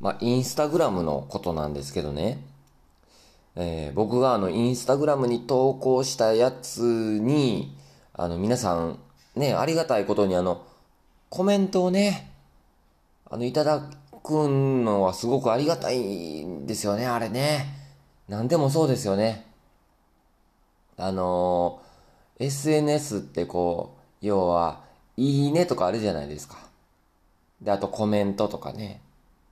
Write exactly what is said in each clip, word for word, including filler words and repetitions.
まあ、インスタグラムのことなんですけどね。えー僕があの、インスタグラムに投稿したやつに、あの、皆さん、ね、ありがたいことにあの、コメントをね、あの、いただくのはすごくありがたいんですよね、あれね。なんでもそうですよね。あのー エスエヌエス ってこう、要は、いいねとかあるじゃないですか。で、あとコメントとかね。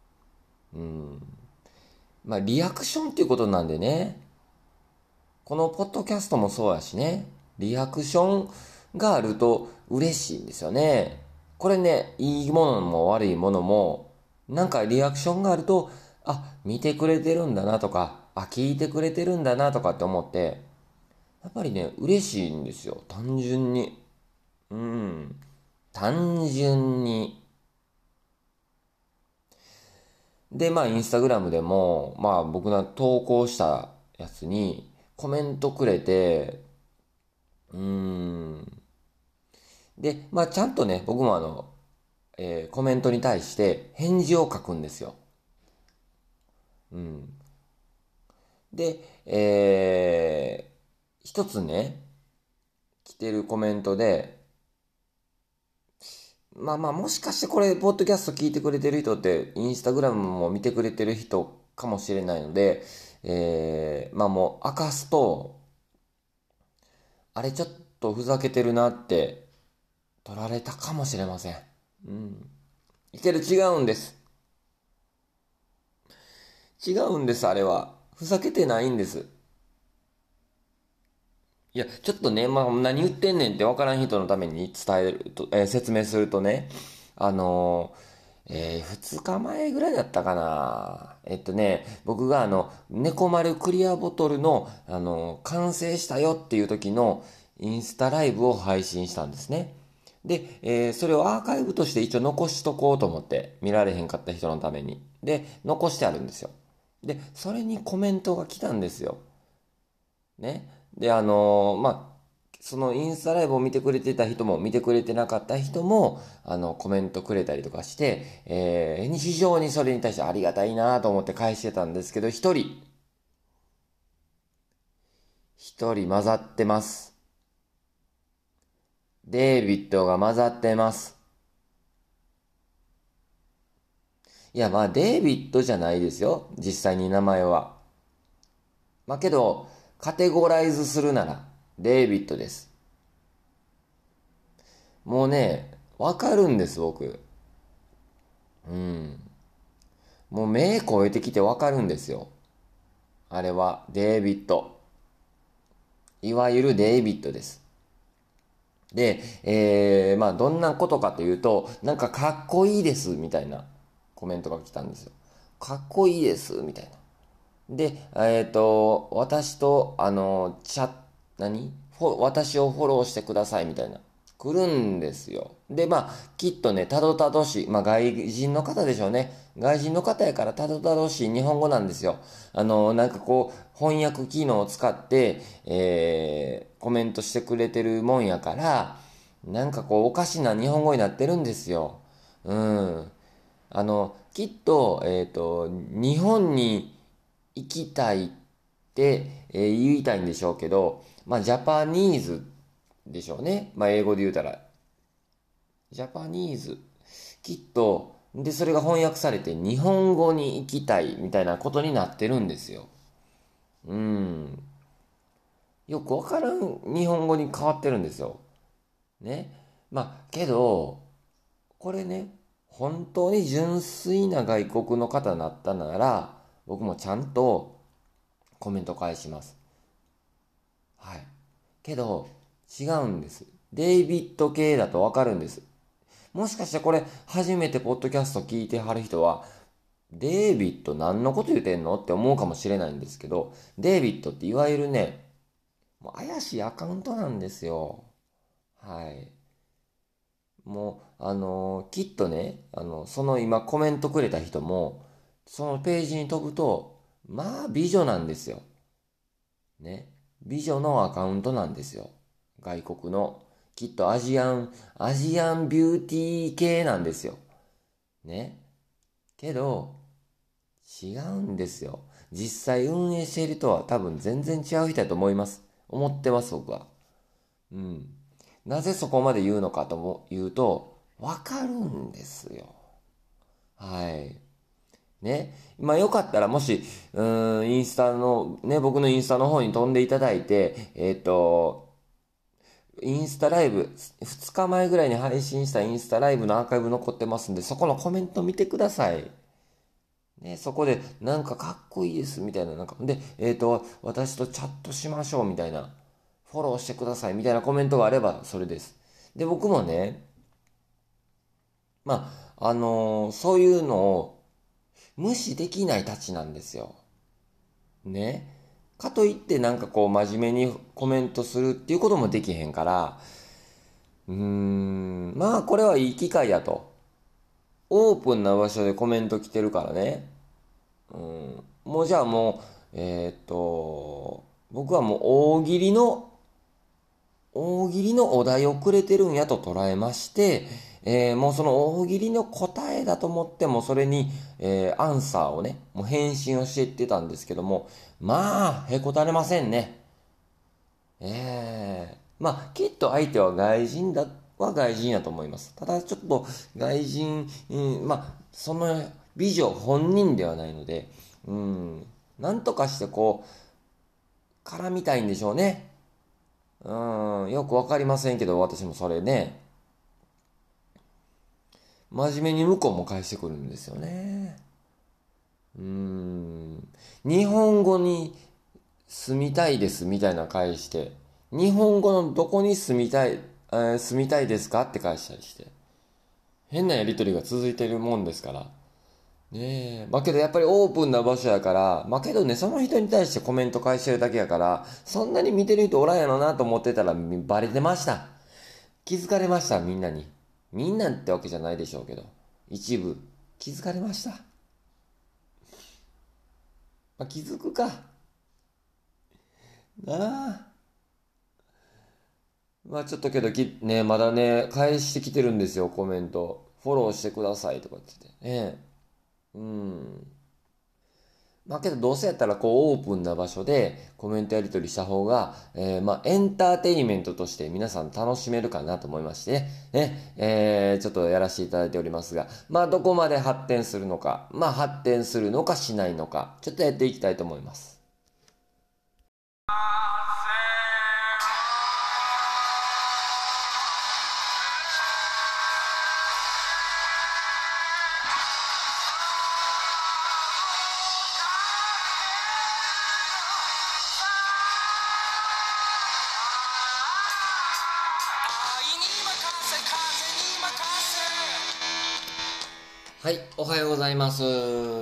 まあ、リアクションっていうことなんでね。このポッドキャストもそうやしね。リアクションがあると嬉しいんですよね。これね、いいものも悪いものも、なんかリアクションがあると、あ、見てくれてるんだなとか、あ、聞いてくれてるんだなとかって思って、やっぱりね、嬉しいんですよ。単純に。うん。単純に。で、まあ、インスタグラムでも、まあ、僕が投稿したやつに、コメントくれて、うーん。で、まあ、ちゃんとね、僕もあの、えーコメントに対して返事を書くんですよ。で、えー一つね、来てるコメントで、まあまあ、もしかしてこれ、ポッドキャスト聞いてくれてる人って、インスタグラムも見てくれてる人かもしれないので、えー、まあもう、明かすと、あれちょっとふざけてるなって取られたかもしれません。いける、違うんです。違うんです、あれは。ふざけてないんです。いや、ちょっとね、まあ、何言ってんねんって分からん人のために伝えると、えー説明するとね、あのー、えー、ふつかまえぐらいだったかな。えっとね、僕があの、猫丸クリアボトルの、あのー完成したよっていう時のインスタライブを配信したんですね。で、えーそれをアーカイブとして一応残しとこうと思って、見られへんかった人のために。で、残してあるんですよ。で、それにコメントが来たんですよ。ね。で、あのーまあ、そのインスタライブを見てくれてた人も見てくれてなかった人も、あの、コメントくれたりとかして、えー、非常にそれに対してありがたいなと思って返してたんですけど、一人、一人混ざってます。デイビッドが混ざってます。いや、まあ、デイビッドじゃないですよ。実際に名前は。まあ、けど、カテゴライズするなら、デイビッドです。もうね、わかるんです、僕。もう目超えてきてわかるんですよ。あれはデイビッド。いわゆるデイビッドです。で、えー、まあどんなことかというと、なんかかっこいいですみたいなコメントが来たんですよ。かっこいいですみたいな。で、えっと、私と、あの、チャ、何フォ私をフォローしてくださいみたいな。来るんですよ。で、まあ、きっとね、たどたどしい。まあ、外人の方でしょうね。外人の方やからたどたどしい日本語なんですよ。あの、なんかこう、翻訳機能を使って、えー、コメントしてくれてるもんやから、なんかこう、おかしな日本語になってるんですよ。うん。あの、きっと、えっと、日本に行きたいって、えー言いたいんでしょうけど、まあ、ジャパニーズでしょうね。まあ、英語で言うたら。ジャパニーズ。きっと、で、それが翻訳されて日本語に行きたいみたいなことになってるんですよ。うん。よくわからん日本語に変わってるんですよ。ね。まあ、けど、これね、本当に純粋な外国の方だったなら、僕もちゃんとコメント返します。はい。けど、違うんです。デイビッド系だとわかるんです。もしかしてこれ、初めてポッドキャスト聞いてはる人は、デイビッド何のこと言うてんのって思うかもしれないんですけど、デイビッドっていわゆるね、もう怪しいアカウントなんですよ。はい。もう、あのーきっとね、あの、その今コメントくれた人も、そのページに飛ぶと、まあ美女なんですよ。ね。美女のアカウントなんですよ。外国の。きっとアジアン、アジアンビューティー系なんですよ。ね。けど、 違うんですよ。実際運営しているとは多分全然違う人だと思います。思ってます、僕は。うん。なぜそこまで言うのかとも言うと、わかるんですよ。はい。ね。まあよかったらもし、うーん、インスタの、ね、僕のインスタの方に飛んでいただいて、えっと、インスタライブ、ふつかまえぐらいに配信したインスタライブのアーカイブ残ってますんで、そこのコメント見てください。ね、そこで、なんかかっこいいです、みたいな、なんか、で、えっと、私とチャットしましょう、みたいな、フォローしてください、みたいなコメントがあれば、それです。で、僕もね、まあ、あのーそういうのを無視できないたちなんですよ。ね。かといってなんかこう真面目にコメントするっていうこともできへんから、うーん、まあこれはいい機会やと。オープンな場所でコメント来てるからね。うん、もうじゃあもう、えーっと、僕はもう大喜利の、大喜利のお題をくれてるんやと捉えまして、えーもうその大喜利の答えだと思ってもそれに、えーアンサーをね、もう返信をしていってたんですけども、まあ、へこたれませんね。ええまあ、きっと相手は外人だ、は外人やと思います。ただちょっと外人、うん、まあ、その美女本人ではないので、うん、なんとかしてこう、絡みたいんでしょうね。うん、よくわかりませんけど、私もそれね、真面目に向こうも返してくるんですよね。うん、日本語に住みたいですみたいな返して、日本語のどこに住みたい、えー住みたいですかって返したりして、変なやりとりが続いてるもんですから。ねえ。まあけどやっぱりオープンな場所やから、まあけどね、その人に対してコメント返してるだけやから、そんなに見てる人おらんやろなと思ってたらバレてました。気づかれました、みんなに。みんなってわけじゃないでしょうけど。一部、気づかれました。まあ気づくか。なあ。まあちょっとけどき、ね、まだね、返してきてるんですよ、コメント。フォローしてくださいとかって言って。ねえ。うん。まあけどどうせやったらこうオープンな場所でコメントやり取りした方が、えー、まあエンターテインメントとして皆さん楽しめるかなと思いましてね、ね、えー、ちょっとやらせていただいておりますが、まあどこまで発展するのか、まあ発展するのかしないのか、ちょっとやっていきたいと思います。はい、おはようございます。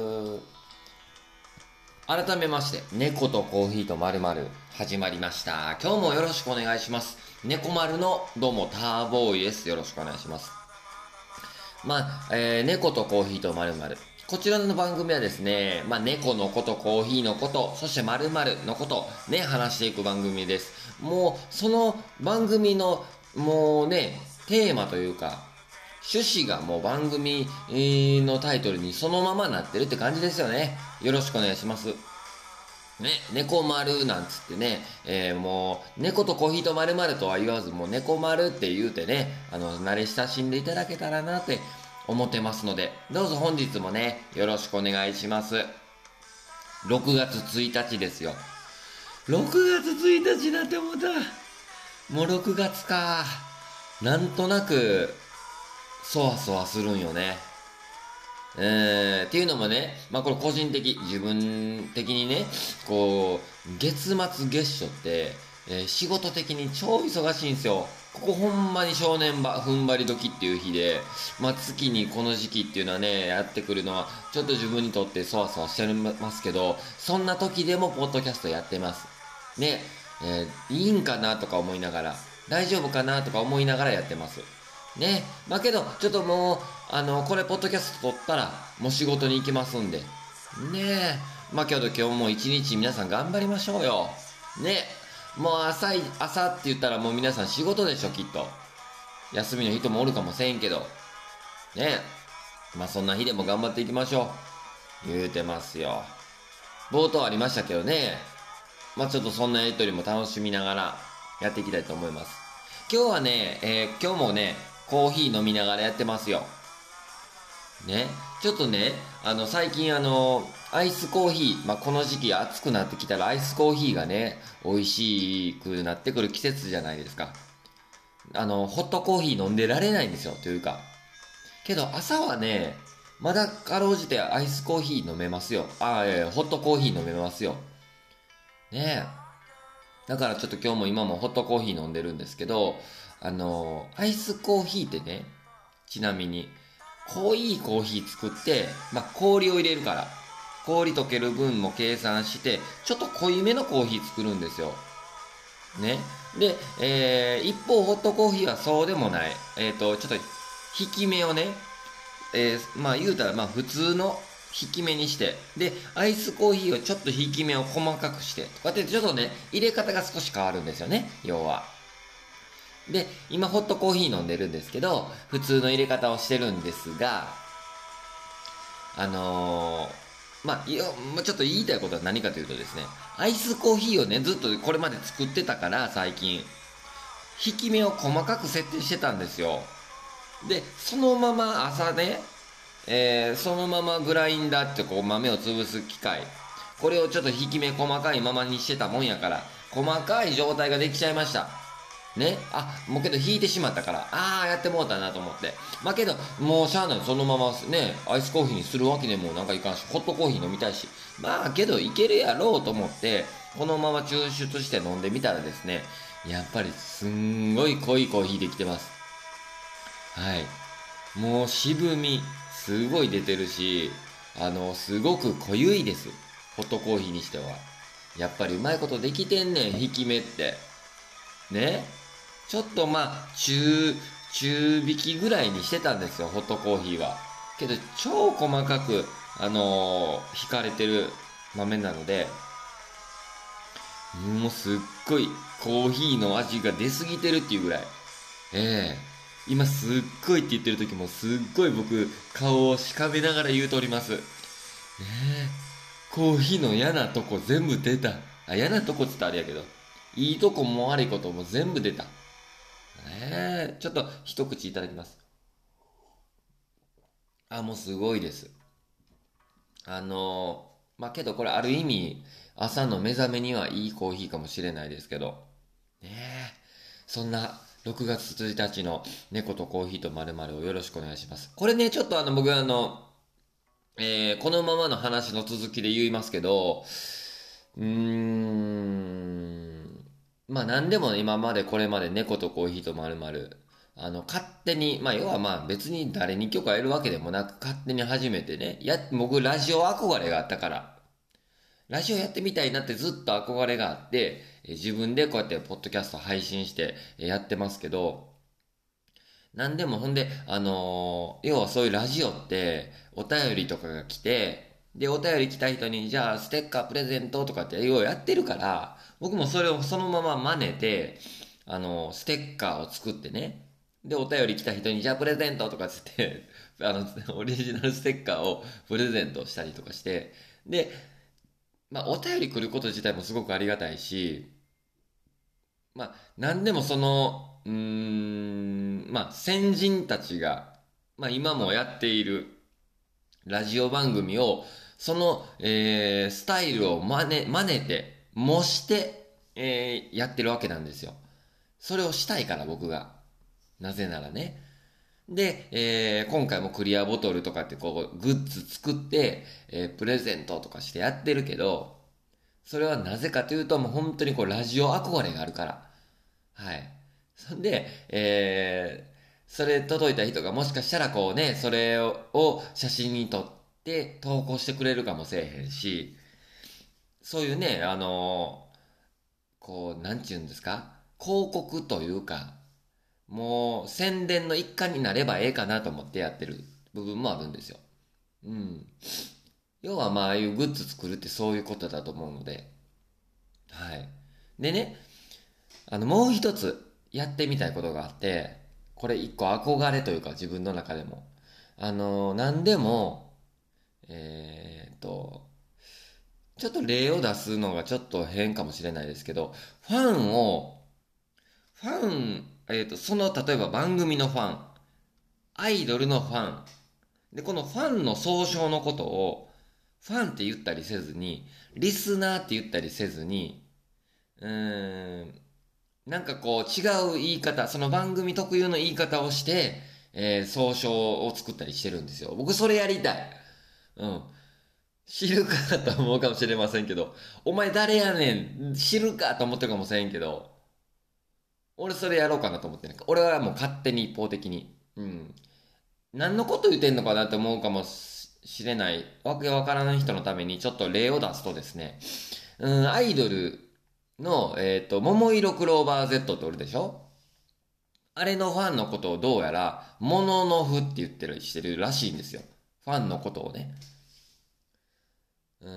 改めまして、猫とコーヒーとまるまる始まりました。今日もよろしくお願いします。猫丸のどうもターボーイです。よろしくお願いします。まあ、えー、猫とコーヒーとまるまる。こちらの番組はですね、まあ、猫のこと、コーヒーのこと、そしてまるまるのこと、ね、話していく番組です。もう、その番組の、もうね、テーマというか、趣旨がもう番組のタイトルにそのままなってるって感じですよね。よろしくお願いします。ね、猫丸なんつってね、えー、もう、猫とコーヒーと丸々とは言わず、もう猫丸って言うてね、あの、慣れ親しんでいただけたらなって思ってますので、どうぞ本日もね、よろしくお願いします。ろくがつついたちですよ。ろくがつついたちなんて思った。もうろくがつか。なんとなく、そわそわするんよね。えー、っていうのもね、まあこれ個人的、自分的にね、こう、月末月初って、えー仕事的に超忙しいんですよ。ここほんまに正念場、踏ん張り時っていう日で、まあ月にこの時期っていうのはね、やってくるのは、ちょっと自分にとってそわそわしてますけど、そんな時でもポッドキャストやってます。ね、えーいいんかなとか思いながら、大丈夫かなとか思いながらやってます。ね。まあけど、ちょっともう、あの、これ、ポッドキャスト撮ったら、もう仕事に行きますんで。ねえ。まあけど今日も一日皆さん頑張りましょうよ。ね。もう朝い、朝って言ったらもう皆さん仕事でしょ、きっと。休みの人もおるかもせんけど。ねえ。まあそんな日でも頑張っていきましょ言うてますよ。冒頭ありましたけどね。まあちょっとそんなやりとりも楽しみながらやっていきたいと思います。今日はね、えー今日もね、コーヒー飲みながらやってますよ。ね。ちょっとね、あの、最近あの、アイスコーヒー、まあこの時期暑くなってきたらアイスコーヒーがね、美味しくなってくる季節じゃないですか。あの、ホットコーヒー飲んでられないんですよ、というか。けど朝はね、まだかろうじてアイスコーヒー飲めますよ。あ、いやいやホットコーヒー飲めますよ。ねえ。だからちょっと今日も今もホットコーヒー飲んでるんですけど、あの、アイスコーヒーってね、ちなみに、濃いコーヒー作って、まあ、氷を入れるから、氷溶ける分も計算して、ちょっと濃いめのコーヒー作るんですよ。ね。で、えー、一方ホットコーヒーはそうでもない。えっ、と、ちょっと、引き目をね、えー、まあ言うたらまあ普通の引き目にして、で、アイスコーヒーをちょっと引き目を細かくして、こうやってちょっとね、入れ方が少し変わるんですよね、要は。で、今ホットコーヒー飲んでるんですけど、普通の入れ方をしてるんですが、あのー、まあ、いや、まあ、ちょっと言いたいことは何かというとですね、アイスコーヒーをね、ずっとこれまで作ってたから、最近、引き目を細かく設定してたんですよ。で、そのまま朝ね、えーそのままグラインダーってこう豆を潰す機械。これをちょっと引き目細かいままにしてたもんやから、細かい状態ができちゃいました。ね。あ、もうけど引いてしまったから、あーやってもうたなと思って。まあけど、もうしゃあない。そのままね、アイスコーヒーにするわけでもなんかいかんし、ホットコーヒー飲みたいし。まあけどいけるやろうと思って、このまま抽出して飲んでみたらですね、やっぱりすんごい濃いコーヒーできてます。はい。もう渋み、すごい出てるし、あの、すごく濃ゆいです。ホットコーヒーにしては。やっぱりうまいことできてんねん、引き目って。ね。ちょっとまあ、中、中引きぐらいにしてたんですよ、ホットコーヒーは。けど、超細かく、あのー、引かれてる豆なので、もうすっごいコーヒーの味が出すぎてるっていうぐらい。ええ今すっごいって言ってる時もすっごい僕顔をしかめながら言うとおります。ねえ、コーヒーの嫌なとこ全部出た。あ、嫌なとこっつったらあれやけど、いいとこも悪いことも全部出た。ねえ、ちょっと一口いただきます。あ、もうすごいです。あのー、まあ、けどこれある意味朝の目覚めにはいいコーヒーかもしれないですけど、ねえ、そんなろくがつついたちの猫とコーヒーとまるまるをよろしくお願いします。これね、ちょっとあの僕あの、えーこのままの話の続きで言いますけど、うーん、まあ何でも今までこれまで猫とコーヒーとまるまる、あの、勝手に、まあ要はまあ別に誰に許可得るわけでもなく勝手に始めてね、や、僕ラジオ憧れがあったから、ラジオやってみたいなってずっと憧れがあって、え自分でこうやってポッドキャスト配信してえやってますけど、なんでもほんで、あのー要はそういうラジオってお便りとかが来て、で、お便り来た人に、じゃあステッカープレゼントとかってようやってるから、僕もそれをそのまま真似て、あのーステッカーを作ってね、で、お便り来た人に、じゃあプレゼントとかつって、あの、オリジナルステッカーをプレゼントしたりとかして、で、まあ、お便り来ること自体もすごくありがたいし、まあ、なんでもその、うーん、まあ、先人たちが、まあ、今もやっているラジオ番組を、その、えー、スタイルを真似、真似て、模して、えー、やってるわけなんですよ。それをしたいから僕が。なぜならね。で、えー、今回もクリアボトルとかってこう、グッズ作って、えー、プレゼントとかしてやってるけど、それはなぜかというと、もう本当にこう、ラジオ憧れがあるから。はい。そんで、えー、それ届いた人がもしかしたらこうね、それをを写真に撮って投稿してくれるかもしれへんし、そういうね、あのーこう、なんちゅうんですか広告というか、もう宣伝の一環になればええかなと思ってやってる部分もあるんですよ。うん。要はまあ、ああいうグッズ作るってそういうことだと思うので、はい。でね、あの、もう一つやってみたいことがあって、これ一個憧れというか自分の中でも。あの、何でも、えーちょっと例を出すのがちょっと変かもしれないですけど、ファンを、ファン、えっと、その、例えば番組のファン、アイドルのファン、で、このファンの総称のことを、ファンって言ったりせずに、リスナーって言ったりせずに、うーん、なんかこう違う言い方、その番組特有の言い方をして、えー、総称を作ったりしてるんですよ。僕それやりたい。うん。知るかと思うかもしれませんけど、お前誰やねん、知るかと思ってるかもしれんけど、俺それやろうかなと思ってね。俺はもう勝手に一方的に。うん。何のこと言ってんのかなって思うかもしれない、わけわからない人のためにちょっと例を出すとですね、うん、アイドルの、えっと、桃色クローバー Z っておるでしょ。あれのファンのことをどうやら、モノノフって言ってる、してるらしいんですよ。ファンのことをね。うん。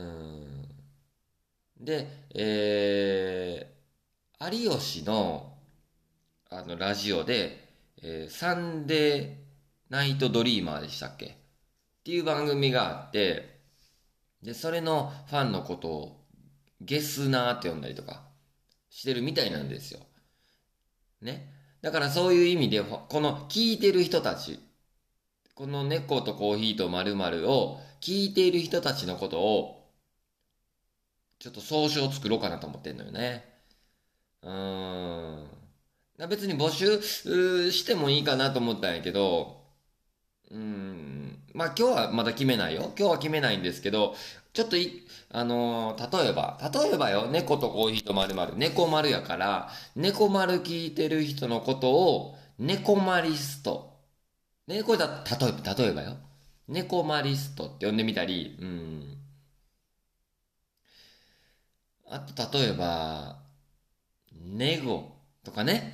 で、えー、有吉の、あの、ラジオで、えーサンデーナイトドリーマーでしたっけっていう番組があって、で、それのファンのことをゲスナーって呼んだりとかしてるみたいなんですよ。ね。だからそういう意味で、この聞いてる人たち、この猫とコーヒーと〇〇を聞いている人たちのことを、ちょっと総称を作ろうかなと思ってんのよね。うーん。別に募集してもいいかなと思ったんやけど、うーん。まあ今日はまだ決めないよ。今日は決めないんですけど、ちょっとい、あのー例えば、例えばよ、猫とコーヒーと〇〇、猫丸やから、猫丸聞いてる人のことを、猫マリスト。ね、これだ、例えば、例えばよ。猫マリストって呼んでみたり、うん。あと、例えば、ネゴとかね、うん。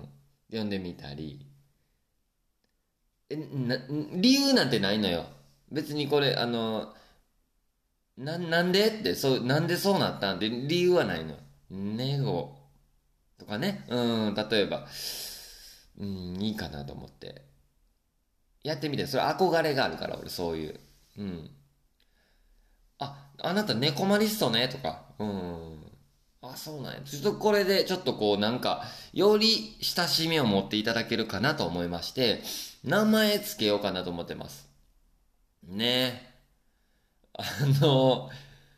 呼んでみたり。え、な、理由なんてないのよ。別にこれ、あの、な、なんでって、そう、なんでそうなったんって理由はないのよ。ネゴとかね、うん、例えば、うん、いいかなと思って。やってみて、それ憧れがあるから、俺、そういう。うん。あ、あなた猫マリストねとか。うん。あ、そうなんや。ちょっとこれで、ちょっとこう、なんか、より親しみを持っていただけるかなと思いまして、名前つけようかなと思ってます。ね。あの、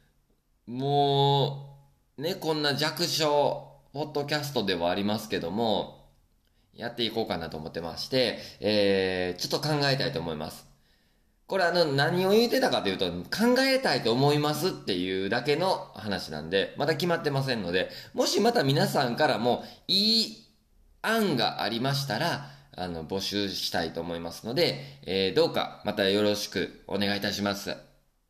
もう、ね、こんな弱小、ポッドキャストではありますけども、やっていこうかなと思ってまして、えー、ちょっと考えたいと思います。これあの、何を言ってたかというと、考えたいと思いますっていうだけの話なんで、まだ決まってませんので、もしまた皆さんからもいい案がありましたら、あの、募集したいと思いますので、えー、どうかまたよろしくお願いいたします。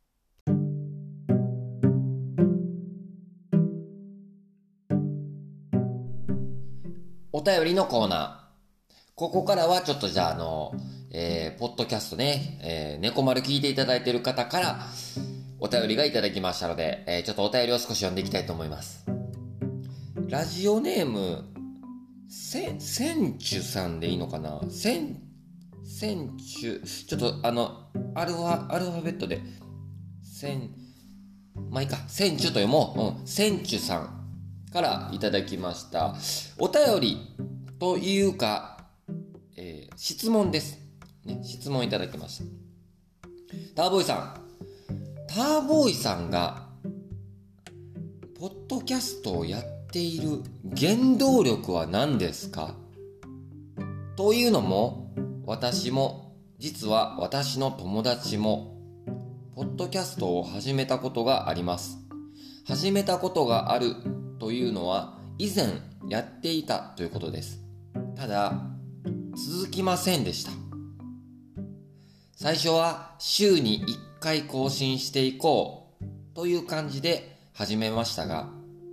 お便りのコーナー。ここからはちょっとじゃああの、えー、ポッドキャストね、えー、猫丸聞いていただいている方から、お便りがいただきましたので、えー、ちょっとお便りを少し読んでいきたいと思います。ラジオネーム、せ、せんちゅさんでいいのかなせん、せんちゅ、ちょっとあの、アルファ、アルファベットで、せん、まあいいか、せんちゅと読もう。うん、せんちゅさんからいただきました。お便りというか、えー、質問です。ね、質問いただきました。ターボーイさん。ターボーイさんが、ポッドキャストをやっている原動力は何ですか？というのも、私も、実は私の友達も、ポッドキャストを始めたことがあります。始めたことがあるというのは、以前やっていたということです。ただ、続きませんでした。最初は週にいっかい更新していこうという感じで始めましたが、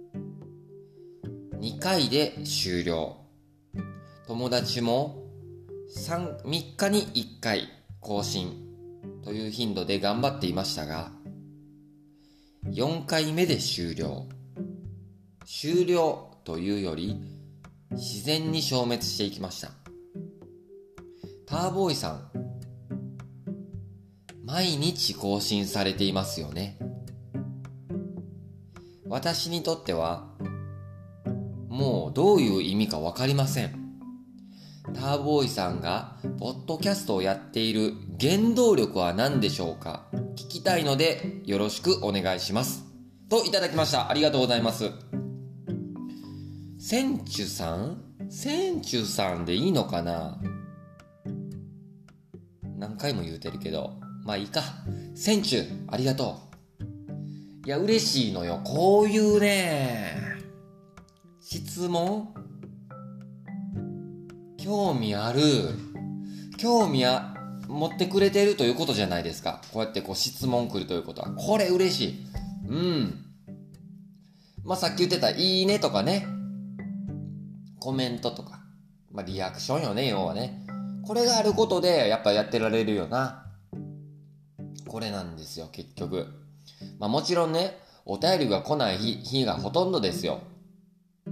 にかいで終了。友達もさん、みっかにいっかい更新という頻度で頑張っていましたが、よんかいめで終了。終了というより自然に消滅していきました。ターボーイさん、毎日更新されていますよね。 私にとってはもうどういう意味かわかりません。ターボーイさんがポッドキャストをやっている原動力は何でしょうか。聞きたいのでよろしくお願いします。といただきました。ありがとうございます。センチュさんセンチュさんでいいのかな。何回も言うてるけど、まあいいか。センチュ、ありがとう。いや、嬉しいのよ。こういうね、質問興味ある。興味あ、持ってくれてるということじゃないですか。こうやってこう質問来るということは。これ嬉しい。うん。まあさっき言ってたいいねとかね。コメントとか。まあリアクションよね、要はね。これがあることでやっぱやってられるよな。これなんですよ、結局。まあもちろんね、お便りが来ない日、日がほとんどですよ。うん。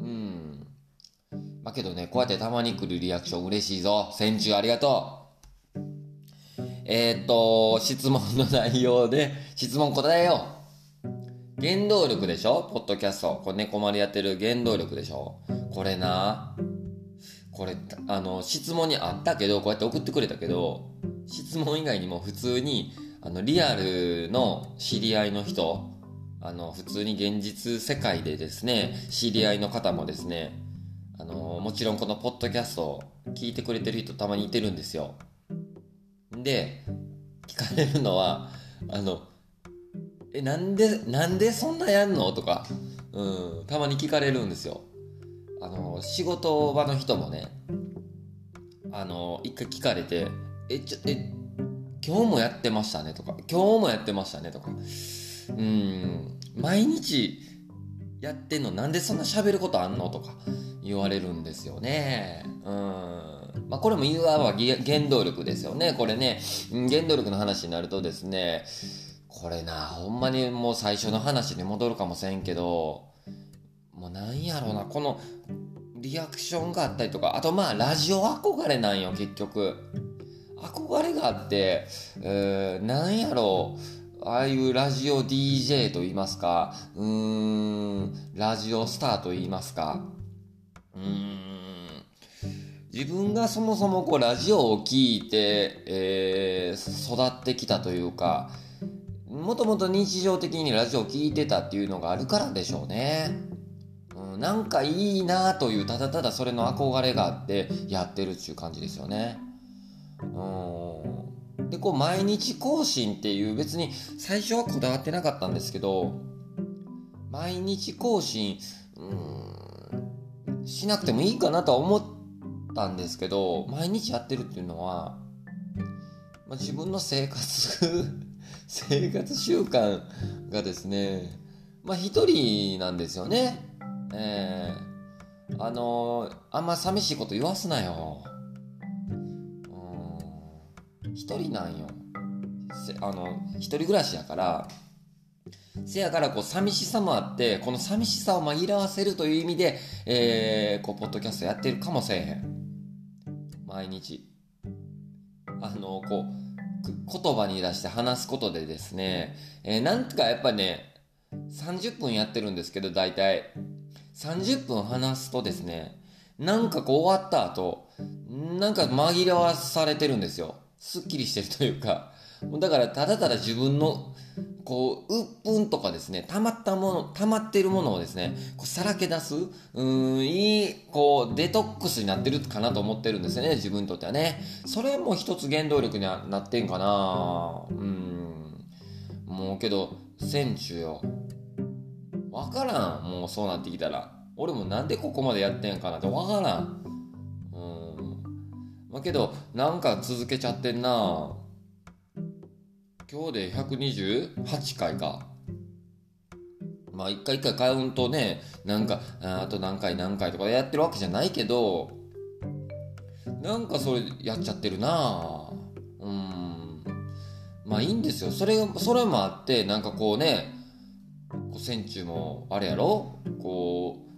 まあけどね、こうやってたまに来るリアクション嬉しいぞ。先中ありがとう。えー、っと、質問の内容で、質問答えよう。原動力でしょ？ポッドキャスト。これ猫丸やってる原動力でしょ？これな。これ、あの、質問にあったけど、こうやって送ってくれたけど、質問以外にも普通に、あの、リアルの知り合いの人、あの、普通に現実世界でですね、知り合いの方もですね、あの、もちろんこのポッドキャスト聞いてくれてる人たまにいてるんですよ。で、聞かれるのは、あの、え、なんで、なんでそんなやんのとか、うん、たまに聞かれるんですよ。あの、仕事場の人もね、あの、一回聞かれて、え、ちょ、え、今日もやってましたねとか、今日もやってましたねとか、うん、毎日やってんのなんでそんな喋ることあんのとか言われるんですよね。うん。まあこれもいわば原動力ですよね。これね、原動力の話になるとですね、これな、ほんまにもう最初の話に戻るかもしれんけど、もうなんやろうな、このリアクションがあったりとか、あとまあラジオ憧れなんよ、結局。憧れがあって、えー、なんやろう、ああいうラジオ ディージェー と言いますか、うーん、ラジオスターと言いますか、うーん、自分がそもそもこうラジオを聞いて、えー、育ってきたというか、もともと日常的にラジオを聞いてたっていうのがあるからでしょうね。うん、なんかいいなという、ただただそれの憧れがあってやってるっていう感じですよね。うん。で、こう毎日更新っていう、別に最初はこだわってなかったんですけど、毎日更新、うん、しなくてもいいかなとは思ったんですけど、毎日やってるっていうのは、まあ、自分の生活生活習慣がですね、まあ一人なんですよね。えー、あのー、あんま寂しいこと言わすなよ。うん、一人なんよ。あの一人暮らしやから、せやからこう寂しさもあって、この寂しさを紛らわせるという意味で、えー、こうポッドキャストやってるかもしれへん。毎日あのこう言葉に出して話すことでですね、えー、なんかやっぱねさんじゅっぷんやってるんですけど、だいたいさんじゅっぷん話すとですね、なんかこう終わった後なんか紛らわされてるんですよ。すっきりしてるというか、だからただただ自分のこう鬱憤とかですね、溜まったもの溜まっているものをですね、こうさらけ出す、うーんいいこうデトックスになってるかなと思ってるんですよね、自分にとってはね。それも一つ原動力にはなってんかな。うーんもうけど戦中よ、わからん。もうそうなってきたら俺もなんでここまでやってんかなってわからん。うーんまあけどなんか続けちゃってんな。今日でひゃくにじゅうはちかいか。まあ一回一回カウントね、なんかあと何回何回とかやってるわけじゃないけど、なんかそれやっちゃってるな。うん。まあいいんですよ。それそれもあって、なんかこうね、こう戦中もあれやろ、こ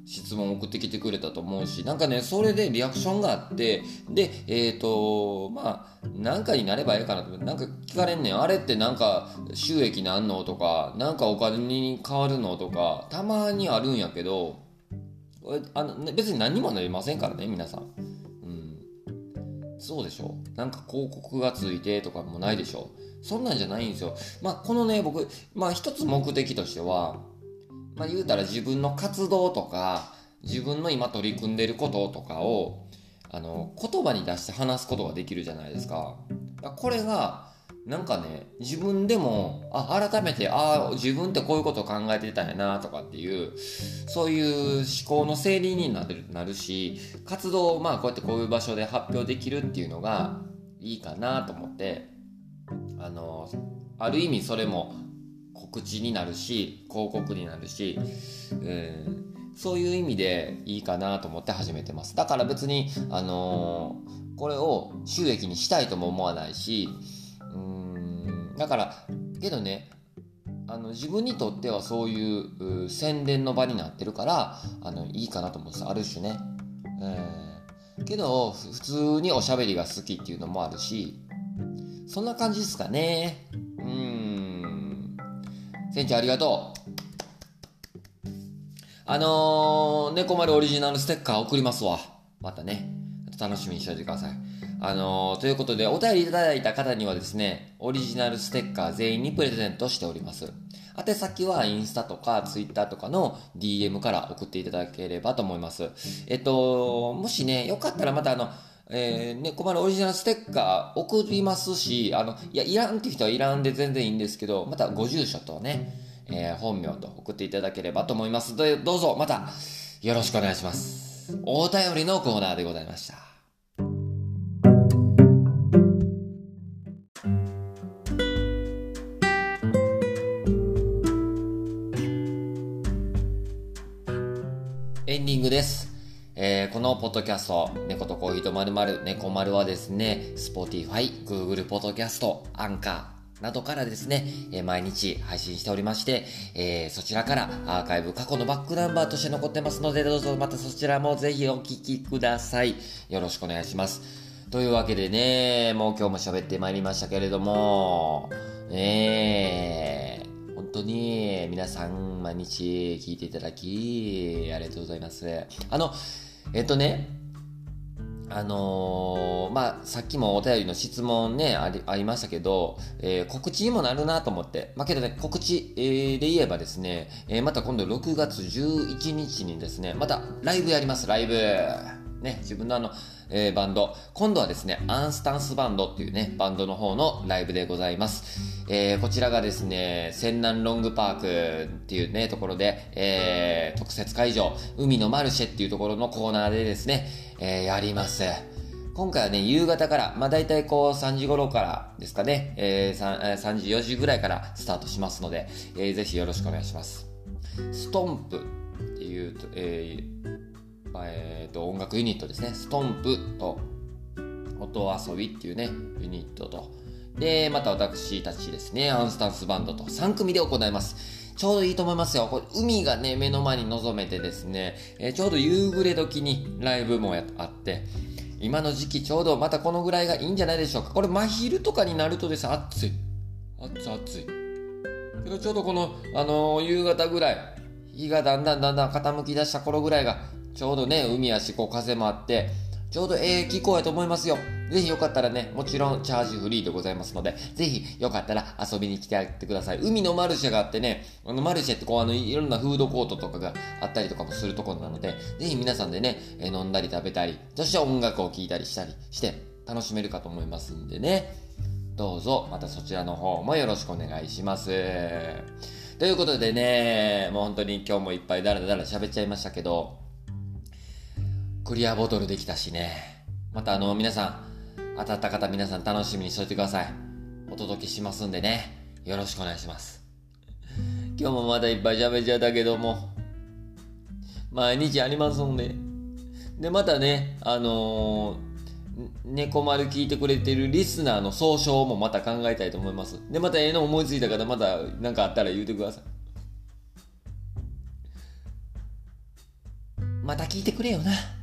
質問を送ってきてくれたと思うし、なんかね、それでリアクションがあって、で、えっと、まあ、なんかになればいいかなと、なんか聞かれんねん。あれってなんか収益なんのとか、なんかお金に変わるのとか、たまにあるんやけど、あの別に何にもなりませんからね、皆さん。うん。そうでしょ。なんか広告がついてとかもないでしょ。そんなんじゃないんですよ。まあ、このね、僕、まあ一つ目的としては、まあ言うたら自分の活動とか、自分の今取り組んでることとかを、あの、言葉に出して話すことができるじゃないですか。これが、なんかね、自分でも、あ、改めて、ああ、自分ってこういうことを考えてたんやな、とかっていう、そういう思考の整理になる、なるし、活動を、まあ、こうやってこういう場所で発表できるっていうのが、いいかなと思って、あの、ある意味それも告知になるし、広告になるし、うんそういう意味でいいかなと思って始めてます。だから別に、あのー、これを収益にしたいとも思わないし、うーんだから、けどね、あの自分にとってはそういう宣伝の場になってるから、あのいいかなと思うんです。ある種ね。うんけど、普通におしゃべりが好きっていうのもあるし、そんな感じですかね。うーん。船長ありがとう。あのー、猫丸オリジナルステッカー送りますわ。またね。楽しみにしておいてください。あのー、ということで、お便りいただいた方にはですね、オリジナルステッカー全員にプレゼントしております。宛先はインスタとかツイッターとかの ディーエム から送っていただければと思います。えっと、もしね、よかったらまたあの、えー、猫丸オリジナルステッカー送りますし、あの、いや、いらんっていう人はいらんで全然いいんですけど、またご住所とね、えー、本名と送っていただければと思います。で、どうぞまたよろしくお願いします。お便りのコーナーでございました。エンディングです。えー、このポッドキャスト、猫とコーヒーとまるまる、猫丸はですね、Spotify、Google ポッドキャスト、アンカー、などからですね、えー、毎日配信しておりまして、えー、そちらからアーカイブ過去のバックナンバーとして残ってますので、どうぞまたそちらもぜひお聞きください。よろしくお願いします。というわけでね、もう今日も喋ってまいりましたけれども、ねえ、本当に皆さん毎日聞いていただき、ありがとうございます。あの、えっとね、あのー、まあ、さっきもお便りの質問ね、あり、ありましたけど、えー、告知にもなるなと思って。まあ、けどね、告知、えー、で言えばですね、えー、また今度ろくがつじゅういちにちにですね、またライブやります、ライブ。ね、自分のあの、えー、バンド。今度はですね、アンスタンスバンドっていうね、バンドの方のライブでございます。えー、こちらがですね、泉南ロングパークっていうね、ところで、えー、特設会場、海のマルシェっていうところのコーナーでですね、えー、やります。今回はね、夕方から、まあ大体こうさんじ頃からですかね、えー、3, さんじ、よじぐらいからスタートしますので、えー、ぜひよろしくお願いします。ストンプっていう、えーえー、と音楽ユニットですね。ストンプと音遊びっていうね、ユニットと、で、また私たちですね、アンスタンスバンドとさん組で行います。ちょうどいいと思いますよ。これ海がね、目の前に望めてですね、えー、ちょうど夕暮れ時にライブもやあって、今の時期ちょうどまたこのぐらいがいいんじゃないでしょうか。これ真昼とかになるとですね、暑い。暑い暑い。けどちょうどこの、あのー、夕方ぐらい、日がだんだんだんだん傾き出した頃ぐらいが、ちょうどね、海やし、こう風もあって、ちょうどええ気候やと思いますよ。ぜひよかったらね、もちろんチャージフリーでございますので、ぜひよかったら遊びに来てあげてください。海のマルシェがあってね、あのマルシェってこうあのいろんなフードコートとかがあったりとかもするところなので、ぜひ皆さんでね、え飲んだり食べたり、そして音楽を聴いたりしたりして楽しめるかと思いますんでね。どうぞまたそちらの方もよろしくお願いします。ということでね、もう本当に今日もいっぱいダラダラ喋っちゃいましたけど、クリアボトルできたしね。またあの皆さん、当たった方皆さん楽しみにしておいてください。お届けしますんでね。よろしくお願いします。今日もまだいっぱい喋っちゃったけども、毎日ありますんで。で、またね、あのー、猫丸聞いてくれてるリスナーの総称もまた考えたいと思います。で、またええの思いついた方、また何かあったら言うてください。 また聞いてくれよな。